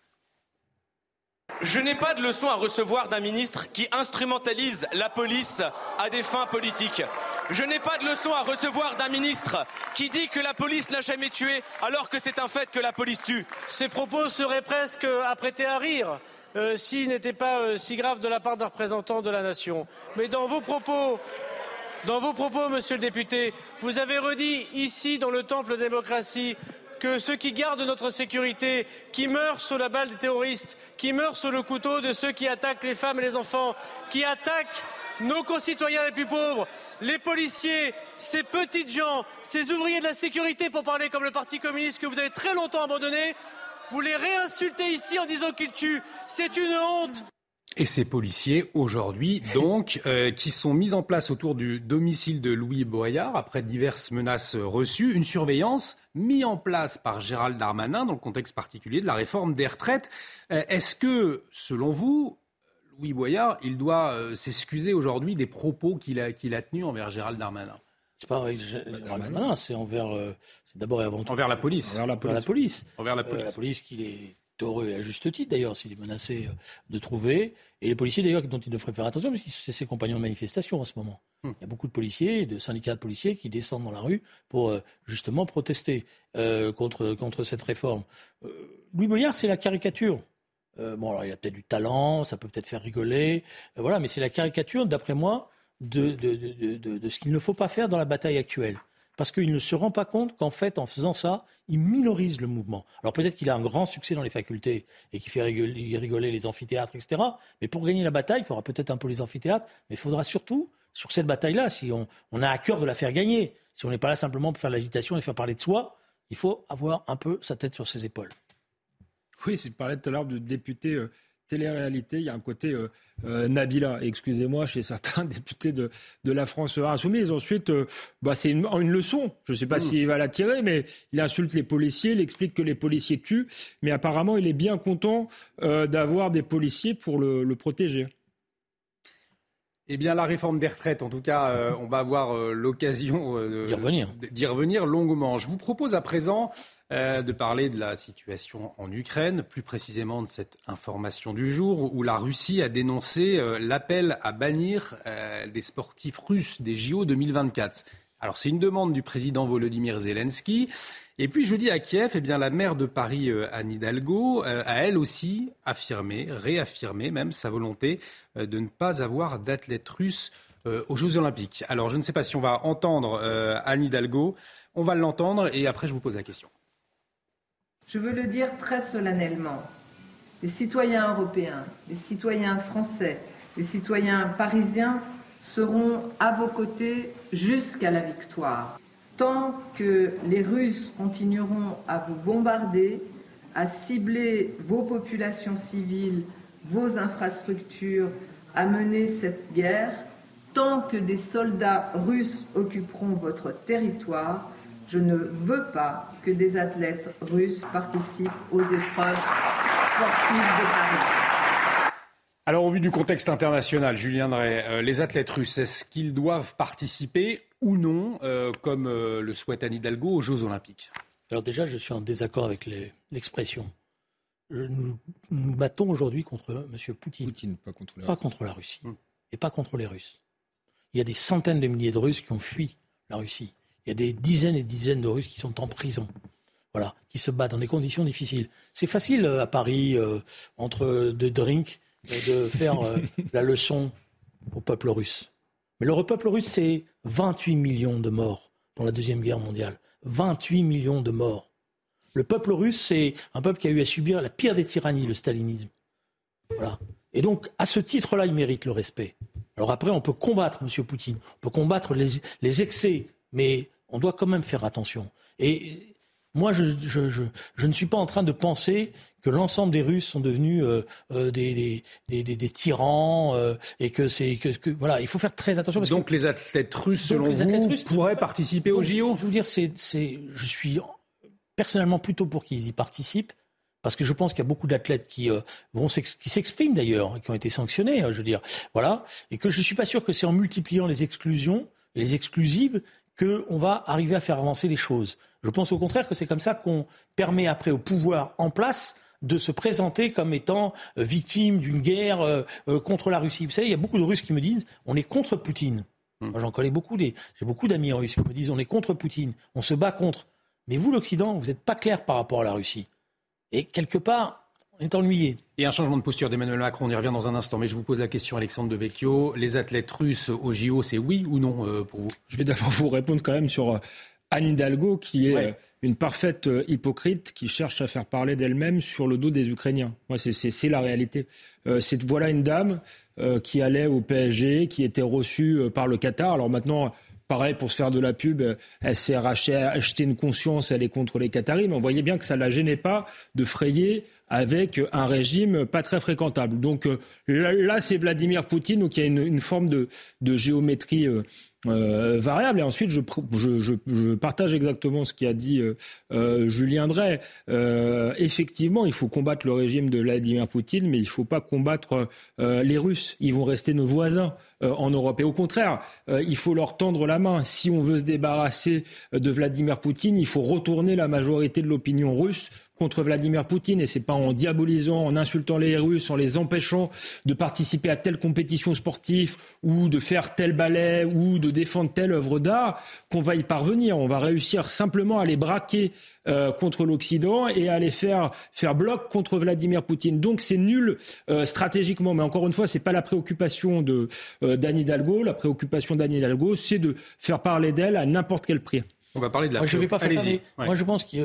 Je n'ai pas de leçon à recevoir d'un ministre qui instrumentalise la police à des fins politiques. Je n'ai pas de leçon à recevoir d'un ministre qui dit que la police n'a jamais tué alors que c'est un fait que la police tue. Ces propos seraient presque à prêter à rire euh, s'ils n'étaient pas euh, si graves de la part d'un représentant de la nation. Mais dans vos propos... Dans vos propos, monsieur le député, vous avez redit ici dans le temple de démocratie que ceux qui gardent notre sécurité, qui meurent sous la balle des terroristes, qui meurent sous le couteau de ceux qui attaquent les femmes et les enfants, qui attaquent nos concitoyens les plus pauvres, les policiers, ces petites gens, ces ouvriers de la sécurité, pour parler comme le Parti communiste que vous avez très longtemps abandonné, vous les réinsultez ici en disant qu'ils tuent. C'est une honte. Et ces policiers, aujourd'hui, donc, euh, qui sont mis en place autour du domicile de Louis Boyard, après diverses menaces reçues, une surveillance mis en place par Gérald Darmanin dans le contexte particulier de la réforme des retraites. Euh, est-ce que, selon vous, Louis Boyard, il doit euh, s'excuser aujourd'hui des propos qu'il a, qu'il a tenus envers Gérald Darmanin ? C'est pas avec Gérald Darmanin, c'est envers, euh, c'est d'abord et avant tout envers la police. Envers la police. Envers la police. Envers la police. Euh, la police qu'il est heureux et à juste titre d'ailleurs s'il est menacé de trouver. Et les policiers d'ailleurs dont il devrait faire attention parce que c'est ses compagnons de manifestation en ce moment. Hum. Il y a beaucoup de policiers, de syndicats de policiers qui descendent dans la rue pour euh, justement protester euh, contre, contre cette réforme. Euh, Louis Boyard, c'est la caricature. Euh, bon, alors il a peut-être du talent, ça peut peut-être faire rigoler, euh, voilà, mais c'est la caricature, d'après moi, de, de, de, de, de, de ce qu'il ne faut pas faire dans la bataille actuelle. Parce qu'il ne se rend pas compte qu'en fait, en faisant ça, il minorise le mouvement. Alors peut-être qu'il a un grand succès dans les facultés et qu'il fait rigoler, rigoler les amphithéâtres, et cetera. Mais pour gagner la bataille, il faudra peut-être un peu les amphithéâtres, mais il faudra surtout, sur cette bataille-là, si on, on a à cœur de la faire gagner, si on n'est pas là simplement pour faire l'agitation et faire parler de soi, il faut avoir un peu sa tête sur ses épaules. Oui, je parlais tout à l'heure de député euh, télé-réalité, il y a un côté euh, euh, Nabila, excusez-moi, chez certains députés de, de la France Insoumise. Ensuite, euh, bah, c'est une, une leçon, je ne sais pas mmh. s'il va la tirer, mais il insulte les policiers, il explique que les policiers tuent, mais apparemment il est bien content euh, d'avoir des policiers pour le, le protéger. Eh bien, la réforme des retraites, en tout cas, euh, on va avoir euh, l'occasion euh, d'y revenir. d'y revenir longuement. Je vous propose à présent euh, de parler de la situation en Ukraine, plus précisément de cette information du jour où la Russie a dénoncé euh, l'appel à bannir euh, des sportifs russes des J O deux mille vingt-quatre. Alors, c'est une demande du président Volodymyr Zelensky. Et puis, jeudi à Kiev, eh bien, la maire de Paris, euh, Anne Hidalgo, euh, a elle aussi affirmé, réaffirmé même sa volonté euh, de ne pas avoir d'athlètes russes euh, aux Jeux Olympiques. Alors, je ne sais pas si on va entendre euh, Anne Hidalgo. On va l'entendre et après, je vous pose la question. Je veux le dire très solennellement. Les citoyens européens, les citoyens français, les citoyens parisiens seront à vos côtés jusqu'à la victoire. Tant que les Russes continueront à vous bombarder, à cibler vos populations civiles, vos infrastructures, à mener cette guerre, tant que des soldats russes occuperont votre territoire, je ne veux pas que des athlètes russes participent aux épreuves sportives de Paris. Alors, au vu du contexte international, Julien Drey, euh, les athlètes russes, est-ce qu'ils doivent participer ou non, euh, comme euh, le souhaite Anne Hidalgo, aux Jeux Olympiques ? Alors déjà, je suis en désaccord avec les, l'expression. Je, nous nous battons aujourd'hui contre M. Poutine. Poutine, pas contre la, pas contre la Russie. Hum. Et pas contre les Russes. Il y a des centaines de milliers de Russes qui ont fui la Russie. Il y a des dizaines et dizaines de Russes qui sont en prison. Voilà, qui se battent dans des conditions difficiles. C'est facile euh, à Paris, euh, entre deux drinks, de faire euh, la leçon au peuple russe. Mais le peuple russe, c'est vingt-huit millions de morts dans la Deuxième Guerre mondiale. vingt-huit millions de morts. Le peuple russe, c'est un peuple qui a eu à subir la pire des tyrannies, le stalinisme. Voilà. Et donc, à ce titre-là, il mérite le respect. Alors après, on peut combattre M. Poutine, on peut combattre les, les excès, mais on doit quand même faire attention. Et moi, je, je, je, je ne suis pas en train de penser que l'ensemble des Russes sont devenus euh, euh, des, des, des, des, des tyrans euh, et que c'est que, que voilà, il faut faire très attention. Parce donc que, les athlètes russes, selon vous, russes, pourraient participer aux J O ? Je veux dire, c'est, c'est, je suis personnellement plutôt pour qu'ils y participent. Parce que je pense qu'il y a beaucoup d'athlètes qui euh, vont qui s'expriment d'ailleurs, qui ont été sanctionnés, hein, je veux dire, voilà, et que je suis pas sûr que c'est en multipliant les exclusions, les exclusives, que on va arriver à faire avancer les choses. Je pense au contraire que c'est comme ça qu'on permet après au pouvoir en place de se présenter comme étant euh, victime d'une guerre euh, euh, contre la Russie. Vous savez, il y a beaucoup de Russes qui me disent on est contre Poutine. Mmh. Moi, j'en connais beaucoup, des, j'ai beaucoup d'amis russes qui me disent on est contre Poutine, on se bat contre. Mais vous, l'Occident, vous n'êtes pas clair par rapport à la Russie. Et quelque part, on est ennuyé. Et un changement de posture d'Emmanuel Macron, on y revient dans un instant. Mais je vous pose la question, Alexandre Devecchio. Les athlètes russes au J O, c'est oui ou non euh, pour vous ? Je vais d'abord vous répondre quand même sur euh, Anne Hidalgo, qui est ouais. euh, une parfaite euh, hypocrite, qui cherche à faire parler d'elle-même sur le dos des Ukrainiens. Moi, c'est, c'est, c'est la réalité. Euh, c'est, voilà une dame euh, qui allait au P S G, qui était reçue euh, par le Qatar. Alors maintenant... Pareil, pour se faire de la pub, elle s'est racheté, acheté une conscience, elle est contre les Qataris, mais on voyait bien que ça ne la gênait pas de frayer avec un régime pas très fréquentable. Donc là, là c'est Vladimir Poutine, donc il y a une, une forme de, de géométrie euh, euh, variables. Et ensuite, je, je, je, je partage exactement ce qu'a dit euh, euh, Julien Drey. Euh, effectivement, il faut combattre le régime de Vladimir Poutine, mais il ne faut pas combattre euh, les Russes. Ils vont rester nos voisins euh, en Europe. Et au contraire, euh, il faut leur tendre la main. Si on veut se débarrasser de Vladimir Poutine, il faut retourner la majorité de l'opinion russe contre Vladimir Poutine, et c'est pas en diabolisant, en insultant les Russes, en les empêchant de participer à telle compétition sportive ou de faire tel ballet ou de défendre telle œuvre d'art qu'on va y parvenir. On va réussir simplement à les braquer euh, contre l'Occident et à les faire faire bloc contre Vladimir Poutine. Donc c'est nul euh, stratégiquement, mais encore une fois, c'est pas la préoccupation de euh, d'Anne Hidalgo. La préoccupation d'Anne Hidalgo, c'est de faire parler d'elle à n'importe quel prix. On va parler de la. Moi, je vais pas faire ça, mais ouais. moi je pense qu'il y a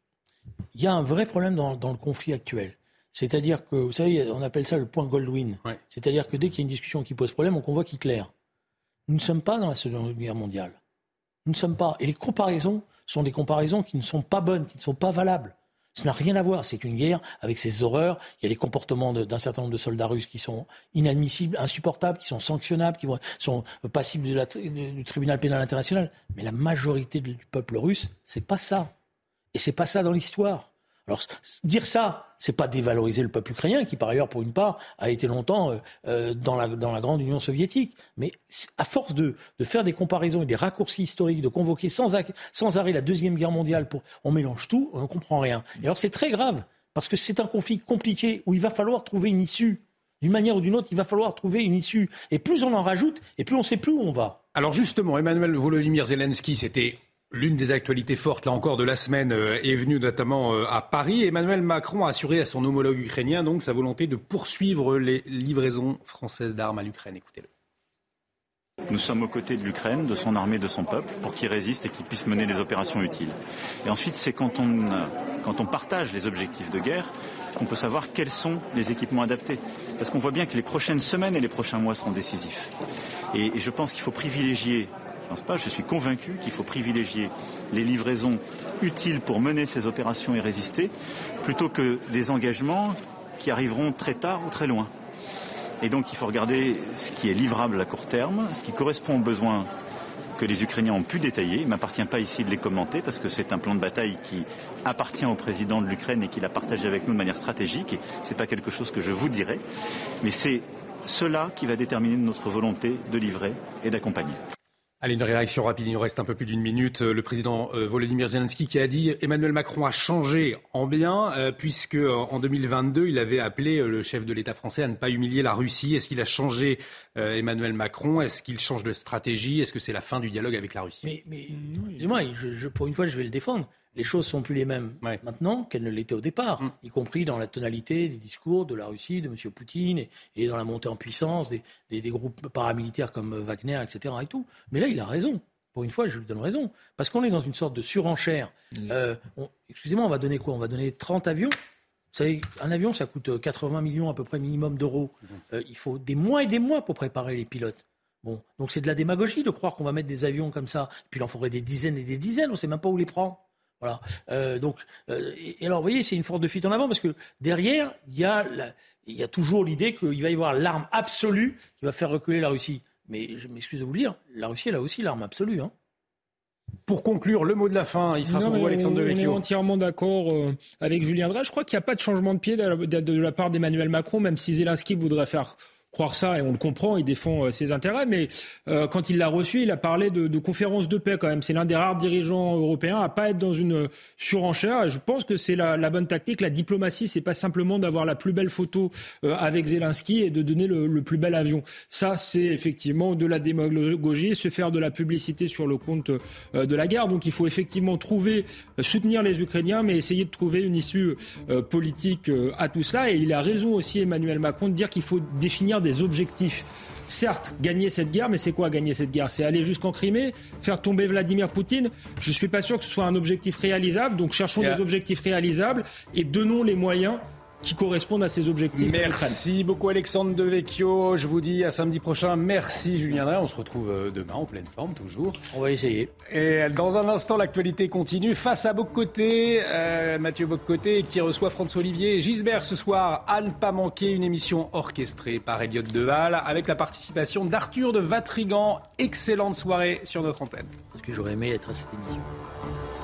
Il y a un vrai problème dans, dans le conflit actuel. C'est-à-dire que, vous savez, on appelle ça le point Goldwyn. Ouais. C'est-à-dire que dès qu'il y a une discussion qui pose problème, on convoque Hitler. Nous ne sommes pas dans la Seconde Guerre mondiale. Nous ne sommes pas. Et les comparaisons sont des comparaisons qui ne sont pas bonnes, qui ne sont pas valables. Ça n'a rien à voir. C'est une guerre avec ses horreurs. Il y a les comportements de, d'un certain nombre de soldats russes qui sont inadmissibles, insupportables, qui sont sanctionnables, qui vont, sont passibles de la, du tribunal pénal international. Mais la majorité du peuple russe, c'est pas ça. Et c'est pas ça dans l'histoire. Alors, dire ça, c'est pas dévaloriser le peuple ukrainien, qui par ailleurs, pour une part, a été longtemps euh, dans, la, dans la grande Union soviétique. Mais à force de, de faire des comparaisons et des raccourcis historiques, de convoquer sans, sans arrêt la Deuxième Guerre mondiale, pour, on mélange tout, on ne comprend rien. Et alors c'est très grave, parce que c'est un conflit compliqué où il va falloir trouver une issue. D'une manière ou d'une autre, il va falloir trouver une issue. Et plus on en rajoute, et plus on ne sait plus où on va. Alors justement, Emmanuel Volodymyr Zelensky, c'était... L'une des actualités fortes, là encore, de la semaine euh, est venue notamment euh, à Paris. Emmanuel Macron a assuré à son homologue ukrainien donc sa volonté de poursuivre les livraisons françaises d'armes à l'Ukraine. Écoutez-le. Nous sommes aux côtés de l'Ukraine, de son armée, de son peuple, pour qu'il résiste et qu'il puisse mener les opérations utiles. Et ensuite, c'est quand on, quand on partage les objectifs de guerre qu'on peut savoir quels sont les équipements adaptés. Parce qu'on voit bien que les prochaines semaines et les prochains mois seront décisifs. Et, et je pense qu'il faut privilégier... Je pense pas, je suis convaincu qu'il faut privilégier les livraisons utiles pour mener ces opérations et résister, plutôt que des engagements qui arriveront très tard ou très loin. Et donc il faut regarder ce qui est livrable à court terme, ce qui correspond aux besoins que les Ukrainiens ont pu détailler. Il ne m'appartient pas ici de les commenter parce que c'est un plan de bataille qui appartient au président de l'Ukraine et qu'il a partagé avec nous de manière stratégique. Et ce n'est pas quelque chose que je vous dirai, mais c'est cela qui va déterminer notre volonté de livrer et d'accompagner. Allez, une réaction rapide, il nous reste un peu plus d'une minute. Le président euh, Volodymyr Zelensky qui a dit Emmanuel Macron a changé en bien, euh, puisque euh, en deux mille vingt-deux, il avait appelé euh, le chef de l'État français à ne pas humilier la Russie. Est-ce qu'il a changé euh, Emmanuel Macron ? Est-ce qu'il change de stratégie ? Est-ce que c'est la fin du dialogue avec la Russie ? Mais, mais dis-moi, je, je, pour une fois, je vais le défendre. Les choses sont plus les mêmes ouais. maintenant qu'elles ne l'étaient au départ, mmh. y compris dans la tonalité des discours de la Russie, de M. Poutine, et, et dans la montée en puissance des, des, des groupes paramilitaires comme Wagner, et cetera. Et tout. Mais là, il a raison. Pour une fois, je lui donne raison. Parce qu'on est dans une sorte de surenchère. Mmh. Euh, on, excusez-moi, on va donner quoi ? On va donner trente avions ? Vous savez, un avion, ça coûte quatre-vingts millions à peu près minimum d'euros. Mmh. Euh, il faut des mois et des mois pour préparer les pilotes. Bon, donc c'est de la démagogie de croire qu'on va mettre des avions comme ça. Puis il en faudrait des dizaines et des dizaines, on ne sait même pas où les prendre. Voilà. Euh, donc, euh, et alors, vous voyez, c'est une force de fuite en avant parce que derrière, il y a, la, il y a toujours l'idée qu'il va y avoir l'arme absolue qui va faire reculer la Russie. Mais je m'excuse de vous le dire, la Russie, elle a aussi l'arme absolue. Hein. Pour conclure, le mot de la fin, il sera non, pour vous, Alexandre Devecchio. On est entièrement d'accord euh, avec Julien Drey. Je crois qu'il n'y a pas de changement de pied de la, de, de la part d'Emmanuel Macron, même si Zelensky voudrait faire croire ça, et on le comprend, il défend euh, ses intérêts, mais euh, quand il l'a reçu, il a parlé de, de conférence de paix quand même. C'est l'un des rares dirigeants européens à pas être dans une euh, surenchère, et je pense que c'est la, la bonne tactique. La diplomatie, c'est pas simplement d'avoir la plus belle photo euh, avec Zelensky et de donner le, le plus bel avion. Ça, c'est effectivement de la démagogie, se faire de la publicité sur le compte euh, de la guerre. Donc il faut effectivement trouver, euh, soutenir les Ukrainiens, mais essayer de trouver une issue euh, politique euh, à tout cela. Et il a raison aussi, Emmanuel Macron, de dire qu'il faut définir des objectifs. Certes, gagner cette guerre, mais c'est quoi gagner cette guerre ? C'est aller jusqu'en Crimée, faire tomber Vladimir Poutine. Je ne suis pas sûr que ce soit un objectif réalisable, donc cherchons yeah. des objectifs réalisables et donnons les moyens qui correspondent à ces objectifs. Merci beaucoup Alexandre Devecchio. Je vous dis à samedi prochain. Merci Julien Drey. On se retrouve demain en pleine forme toujours. On va essayer. Et dans un instant, l'actualité continue. Face à Bock-Côté, euh, Mathieu Bock-Côté qui reçoit François-Olivier Gisbert ce soir. À ne pas manquer, une émission orchestrée par Elliot Deval avec la participation d'Arthur de Vatrigan. Excellente soirée sur notre antenne. Parce que j'aurais aimé être à cette émission.